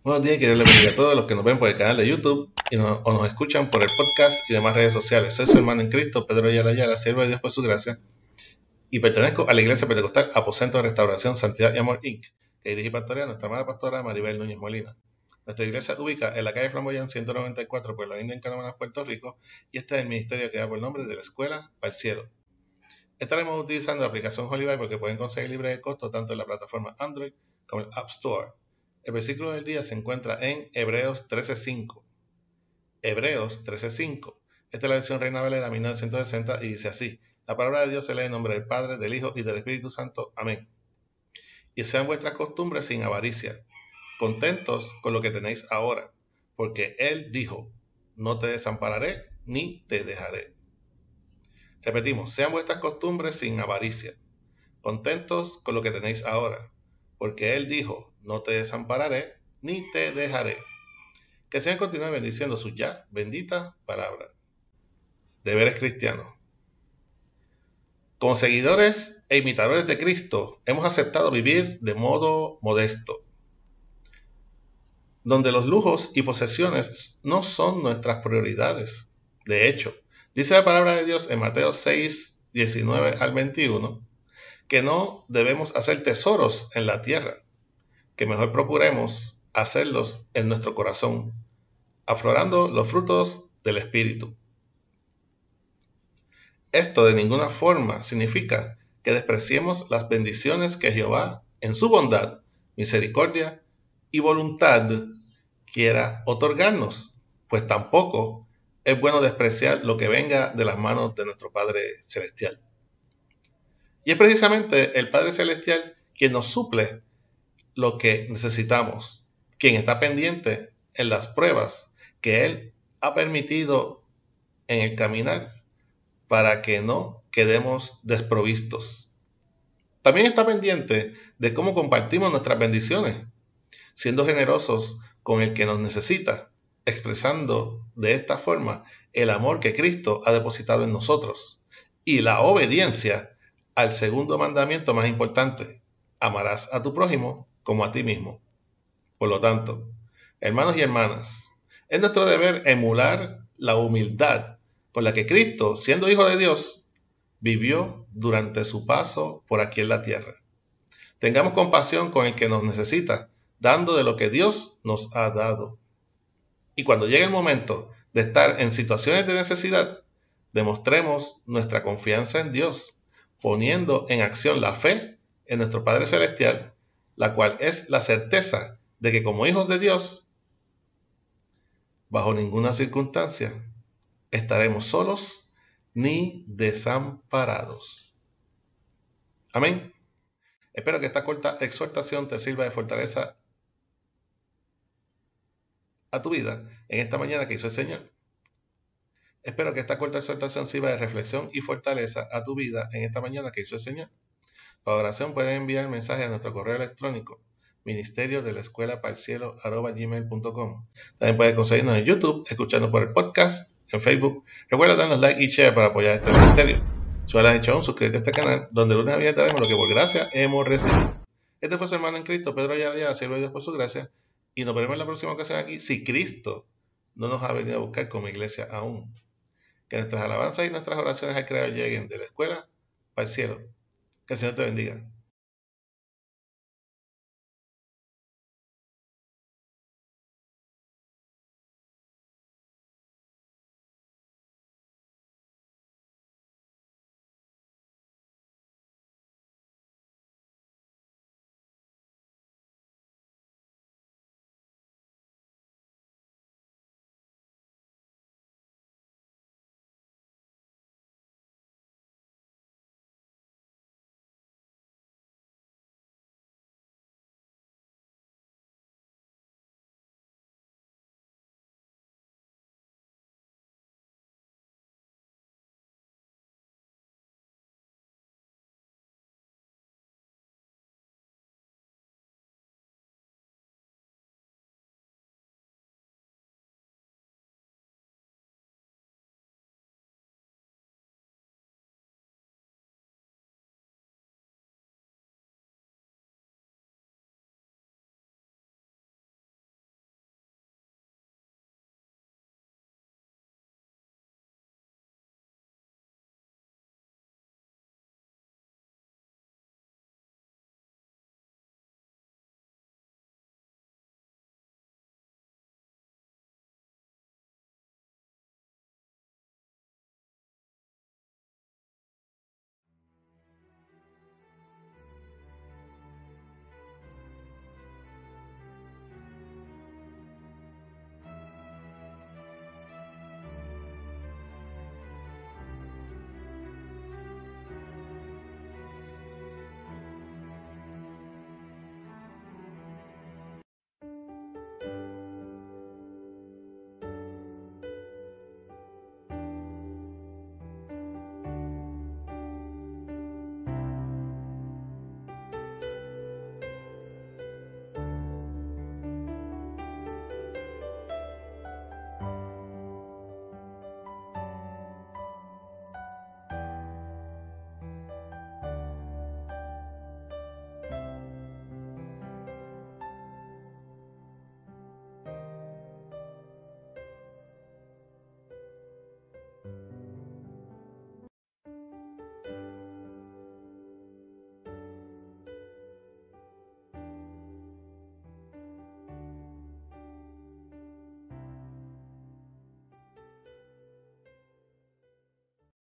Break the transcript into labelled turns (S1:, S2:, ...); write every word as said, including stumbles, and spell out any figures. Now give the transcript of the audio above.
S1: Buenos días y que Dios les bendiga a todos los que nos ven por el canal de YouTube y nos, o nos escuchan por el podcast y demás redes sociales. Soy su hermano en Cristo, Pedro Ayala Ayala, siervo de Dios por su gracia, y pertenezco a la Iglesia Pentecostal Aposento de Restauración, Santidad y Amor incorporated, que dirige y pastorea nuestra amada pastora Maribel Núñez Molina. Nuestra iglesia se ubica en la calle Flamboyán ciento noventa y cuatro, por la India, en Canóvanas, Puerto Rico, y este es el ministerio que da por el nombre de la Escuela para el Cielo. Estaremos utilizando la aplicación Holy Bible porque pueden conseguir libre de costo tanto en la plataforma Android como el App Store. El versículo del día se encuentra en Hebreos trece cinco. Hebreos trece cinco. Esta es la versión Reina Valera mil novecientos sesenta y dice así: la palabra de Dios se lee en nombre del Padre, del Hijo y del Espíritu Santo. Amén. Y sean vuestras costumbres sin avaricia, contentos con lo que tenéis ahora, porque Él dijo: no te desampararé ni te dejaré. Repetimos: sean vuestras costumbres sin avaricia, contentos con lo que tenéis ahora, porque Él dijo: no te desampararé ni te dejaré. Que el Señor continúe bendiciendo su ya bendita palabra. Deberes cristianos. Como seguidores e imitadores de Cristo, hemos aceptado vivir de modo modesto, donde los lujos y posesiones no son nuestras prioridades. De hecho, dice la palabra de Dios en Mateo seis, diecinueve al veintiuno, que no debemos hacer tesoros en la tierra, que mejor procuremos hacerlos en nuestro corazón, aflorando los frutos del Espíritu. Esto de ninguna forma significa que despreciemos las bendiciones que Jehová, en su bondad, misericordia y voluntad, quiera otorgarnos, pues tampoco es bueno despreciar lo que venga de las manos de nuestro Padre Celestial. Y es precisamente el Padre Celestial quien nos suple lo que necesitamos, quien está pendiente en las pruebas que Él ha permitido en el caminar para que no quedemos desprovistos. También está pendiente de cómo compartimos nuestras bendiciones, siendo generosos con el que nos necesita, expresando de esta forma el amor que Cristo ha depositado en nosotros y la obediencia al segundo mandamiento más importante: amarás a tu prójimo como a ti mismo. Por lo tanto, hermanos y hermanas, es nuestro deber emular la humildad con la que Cristo, siendo Hijo de Dios, vivió durante su paso por aquí en la tierra. Tengamos compasión con el que nos necesita, dando de lo que Dios nos ha dado. Y cuando llegue el momento de estar en situaciones de necesidad, demostremos nuestra confianza en Dios, poniendo en acción la fe en nuestro Padre Celestial, la cual es la certeza de que como hijos de Dios, bajo ninguna circunstancia, estaremos solos ni desamparados. Amén. Espero que esta corta exhortación te sirva de fortaleza a tu vida en esta mañana que hizo el Señor. Espero que esta corta exhortación sirva de reflexión y fortaleza a tu vida en esta mañana que hizo el Señor. Para oración puedes enviar mensaje a nuestro correo electrónico ministerio de la escuela para el cielo arroba gmail punto com. También puedes conseguirnos en YouTube, escuchando por el podcast, en Facebook. Recuerda darnos like y share para apoyar este ministerio. Si no lo has hecho aún, suscríbete a este canal, donde lunes a viernes daremos lo que por gracia hemos recibido. Este fue su hermano en Cristo, Pedro Ayala, siervo de Dios por su gracia, y nos veremos en la próxima ocasión aquí, si Cristo no nos ha venido a buscar como iglesia aún. Que nuestras alabanzas y nuestras oraciones al Creador lleguen de la escuela para el cielo. Que el Señor te bendiga.